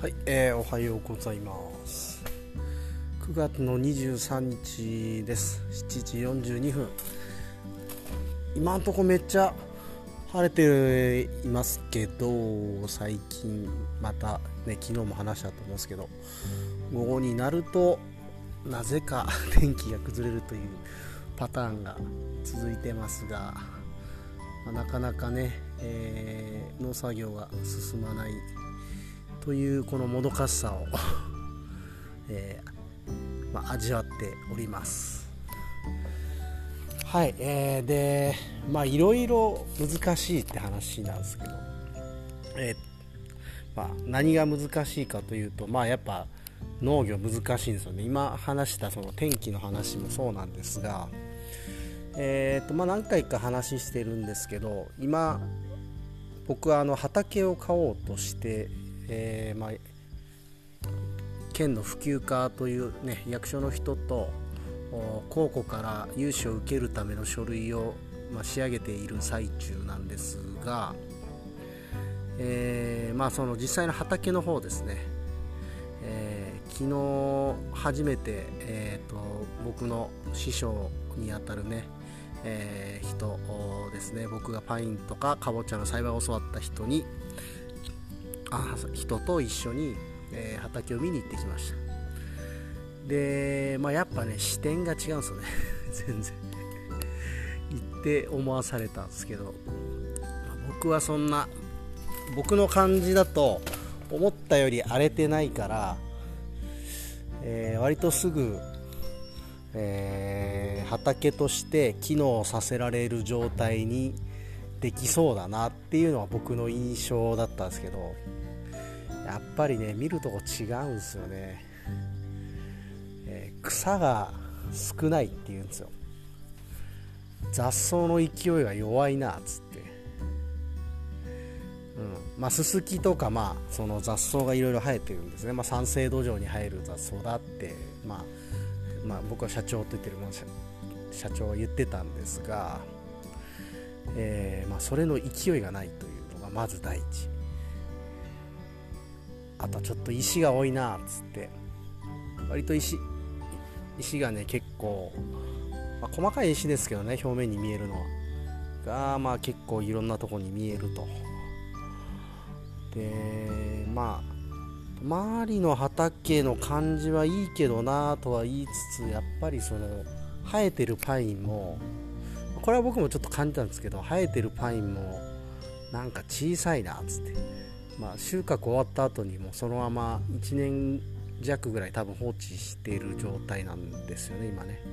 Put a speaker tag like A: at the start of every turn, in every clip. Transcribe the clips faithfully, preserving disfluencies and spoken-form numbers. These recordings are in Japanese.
A: はい、えー、おはようございます。くがつのにじゅうさんにちです。しちじよんじゅうにふん。今のところめっちゃ晴れていますけど、最近またね、昨日も話したと思うんですけど、午後になるとなぜか天気が崩れるというパターンが続いてますが、まあ、なかなかね、えー、農作業が進まないというこのもどかしさを、えーまあ、味わっております。はい、えー、でまあいろいろ難しいって話なんですけど、えーまあ、何が難しいかというと、まあやっぱ農業難しいんですよね。今話したその天気の話もそうなんですが、えーとまあ、何回か話してるんですけど、今僕はあの畑を買おうとしてえーまあ、県の普及課という、ね、役所の人と公庫から融資を受けるための書類を、まあ、仕上げている最中なんですが、えーまあ、その実際の畑の方ですね、えー、昨日初めて、えーと、僕の師匠にあたるね、えー、人ですね、僕がパインとかかぼちゃの栽培を教わった人に人と一緒に、えー、畑を見に行ってきました。で、まあ、やっぱね視点が違うんですよね全然行って思わされたんですけど、まあ、僕はそんな僕の感じだと思ったより荒れてないから、えー、割とすぐ、えー、畑として機能させられる状態にできそうだなっていうのは僕の印象だったんですけど、やっぱりね見るとこ違うんですよね、えー、草が少ないっていうんですよ。雑草の勢いが弱いなっつって、うん、まあススキとか、まあその雑草がいろいろ生えてるんですね。まあ酸性土壌に生える雑草だって、まあ、まあ僕は社長と言ってるもん社長は言ってたんですが、えーまあ、それの勢いがないというのがまず第一。あとはちょっと石が多いなっつって、割と石石がね結構、まあ、細かい石ですけどね、表面に見えるのはが、まあ結構いろんなとこに見えると。でまあ周りの畑の感じはいいけどなとは言いつつ、やっぱりその生えてるパインも、これは僕もちょっと感じたんですけど、生えてるパインもなんか小さいなっつって、まあ、収穫終わった後にもそのままいちねんじゃくぐらい多分放置している状態なんですよね今ね。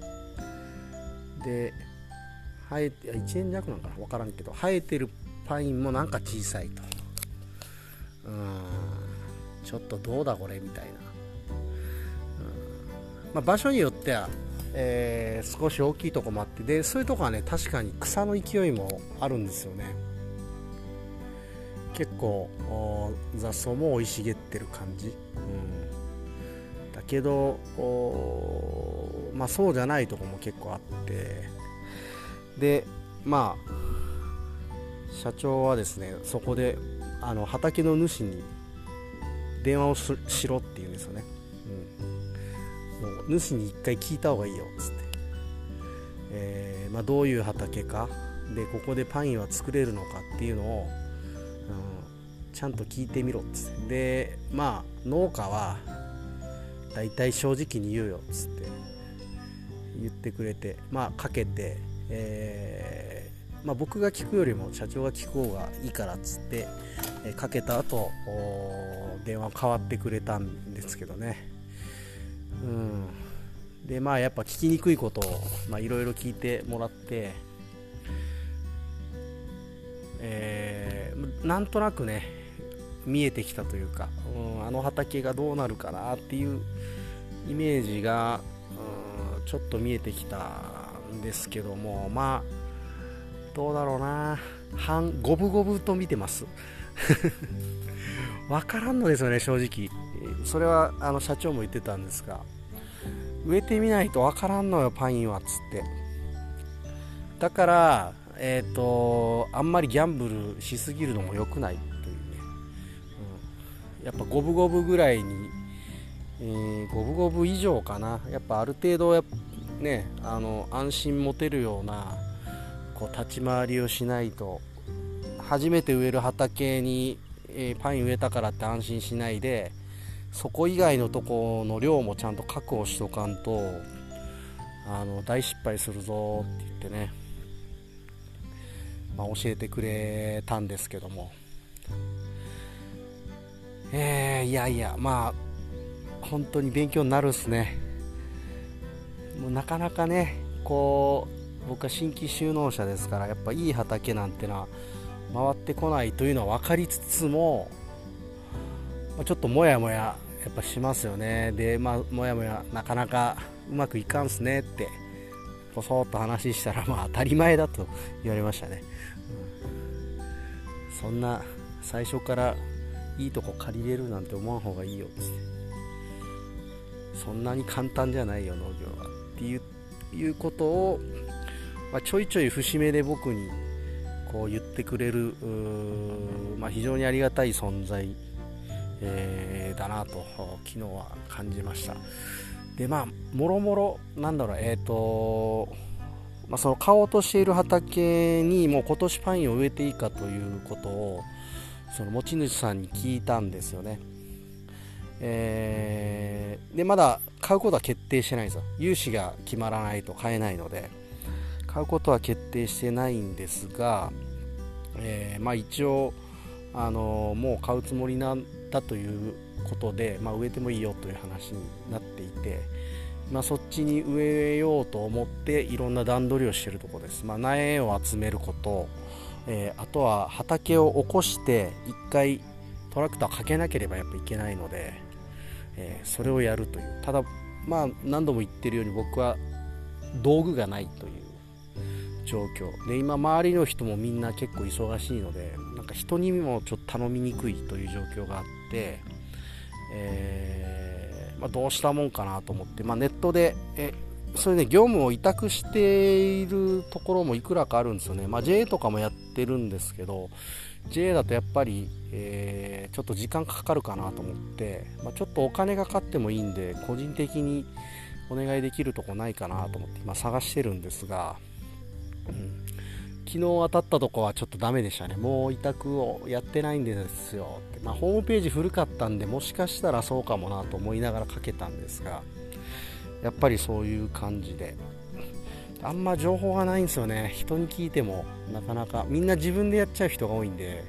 A: で生えていちねん弱なんかな分からんけど、生えてるパインもなんか小さいと、うーんちょっとどうだこれみたいな、うん、まあ、場所によっては、えー、少し大きいとこもあって、でそういうとこはね確かに草の勢いもあるんですよね。結構雑草も生い茂ってる感じ、うん、だけどまあそうじゃないとこも結構あって、でまあ社長はですねそこであの畑の主に電話をしろって言うんですよね、うん、もう主に一回聞いた方がいいよっつって、えーまあ、どういう畑かでここでパインは作れるのかっていうのをちゃんと聞いてみろっつって、でまあ農家はだいたい正直に言うよっつって言ってくれて、まあかけて、えーまあ、僕が聞くよりも社長が聞く方がいいからっつって、えー、かけた後電話変わってくれたんですけどね、うん、でまあやっぱ聞きにくいことをいろいろ聞いてもらって、えー、なんとなくね見えてきたというか、うん、あの畑がどうなるかなっていうイメージが、うん、ちょっと見えてきたんですけども、まあどうだろうな、半五分五分と見てます分からんのですよね正直。それはあの社長も言ってたんですが、植えてみないと分からんのよパインはっつって、だからえーとあんまりギャンブルしすぎるのも良くないというね、 やっぱ五分五分ぐらいに、えー、五分五分以上かな、やっぱある程度やっぱね、あの安心持てるようなこう立ち回りをしないと、初めて植える畑に、えー、パイン植えたからって安心しないで、そこ以外のとこの量もちゃんと確保しとかんと、あの大失敗するぞって言ってね、まあ、教えてくれたんですけども、えー、いやいや、まあ本当に勉強になるっすね。もうなかなかね、こう僕は新規就農者ですから、やっぱいい畑なんてのは回ってこないというのは分かりつつも、ちょっともやもややっぱしますよね。で、まあもやもやなかなかうまくいかんすねってこそっと話したら、まあ当たり前だと言われましたね、うん、そんな最初からいいとこ借りれるなんて思わん方がいいよって、そんなに簡単じゃないよ農業はっていう、いうことを、まあ、ちょいちょい節目で僕にこう言ってくれる、まあ、非常にありがたい存在、えー、だなと昨日は感じました。で、まあもろもろなんだろう、えーとまあ、その買おうとしている畑にもう今年パインを植えていいかということをその持ち主さんに聞いたんですよね。えー、でまだ買うことは決定してないんですよ。融資が決まらないと買えないので買うことは決定してないんですが、えーまあ、一応、あのー、もう買うつもりなんだということで、まあ、植えてもいいよという話になっていて、まあ、そっちに植えようと思っていろんな段取りをしているところです。まあ、苗を集めること、えー、あとは畑を起こして一回トラクターかけなければやっぱいけないので、えー、それをやるという。ただまあ何度も言ってるように僕は道具がないという状況で、今周りの人もみんな結構忙しいので、なんか人にもちょっと頼みにくいという状況があって、えーまあ、どうしたもんかなと思って、まあ、ネットでえそれね業務を委託しているところもいくらかあるんですよね。まあ、ジェー とかもやってるんですけど ジェー だとやっぱり、えー、ちょっと時間かかるかなと思って、まあ、ちょっとお金がかかってもいいんで個人的にお願いできるとこないかなと思って今探してるんですが、うん、昨日当たったとこはちょっとダメでしたね。もう委託をやってないんですよって、まあ、ホームページ古かったんでもしかしたらそうかもなと思いながらかけたんですが、やっぱりそういう感じであんま情報がないんですよね。人に聞いてもなかなかみんな自分でやっちゃう人が多いんで、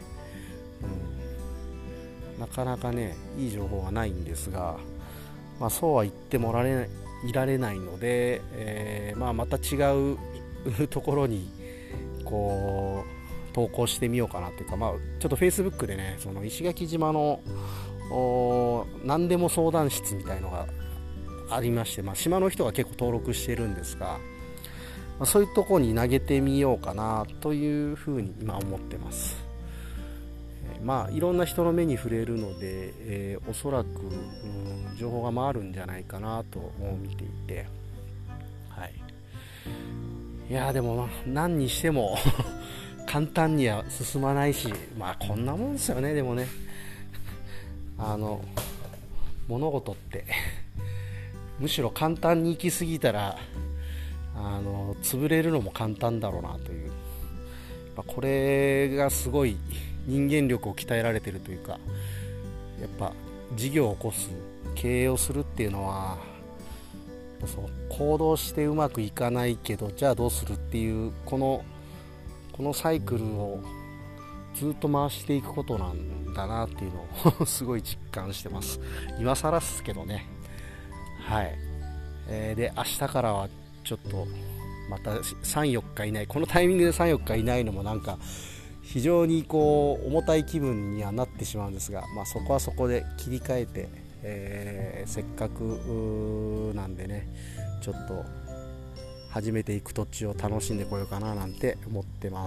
A: うん、なかなかねいい情報がないんですが、まあ、そうは言ってもられないいられないので、えーまあ、また違うところにこう投稿してみようかなというか、まあ、ちょっと Facebook でねその石垣島の何でも相談室みたいのがありまして、まあ、島の人が結構登録してるんですが、まあ、そういうとこに投げてみようかなというふうに今思ってます。えー、まあいろんな人の目に触れるので、えー、おそらく、うん、情報が回るんじゃないかなと見ていて、はい、いやでも何にしても簡単には進まないし、まあこんなもんですよね。でもねあの物事ってむしろ簡単に行き過ぎたらあの潰れるのも簡単だろうなという、まあ、これがすごい人間力を鍛えられてるというか、やっぱ事業を起こす経営をするっていうのはそう行動してうまくいかないけどじゃあどうするっていうこのこのサイクルをずっと回していくことなんだなっていうのをすごい実感してます。今更っすけどね。はい、えー、で明日からはちょっとまたさん、よっかいないこのタイミングでさん、よっかいないのもなんか非常にこう重たい気分にはなってしまうんですが、まあ、そこはそこで切り替えて、えー、せっかくなんでねちょっと初めて行く土地を楽しんでこようかななんて思ってます。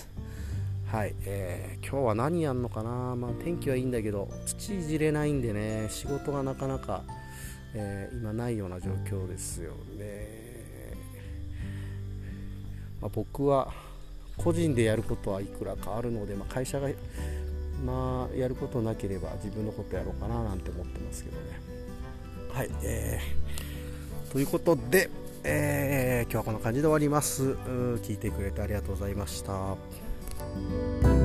A: はい、えー、今日は何やんのかな。まあ、天気はいいんだけど土いじれないんでね仕事がなかなか、えー、今ないような状況ですよね。まあ、僕は個人でやることはいくらかあるので、まあ、会社がまあやることなければ自分のことやろうかななんて思ってますけどね。はい、えー、ということで、えー、今日はこんな感じで終わります。聞いてくれてありがとうございました。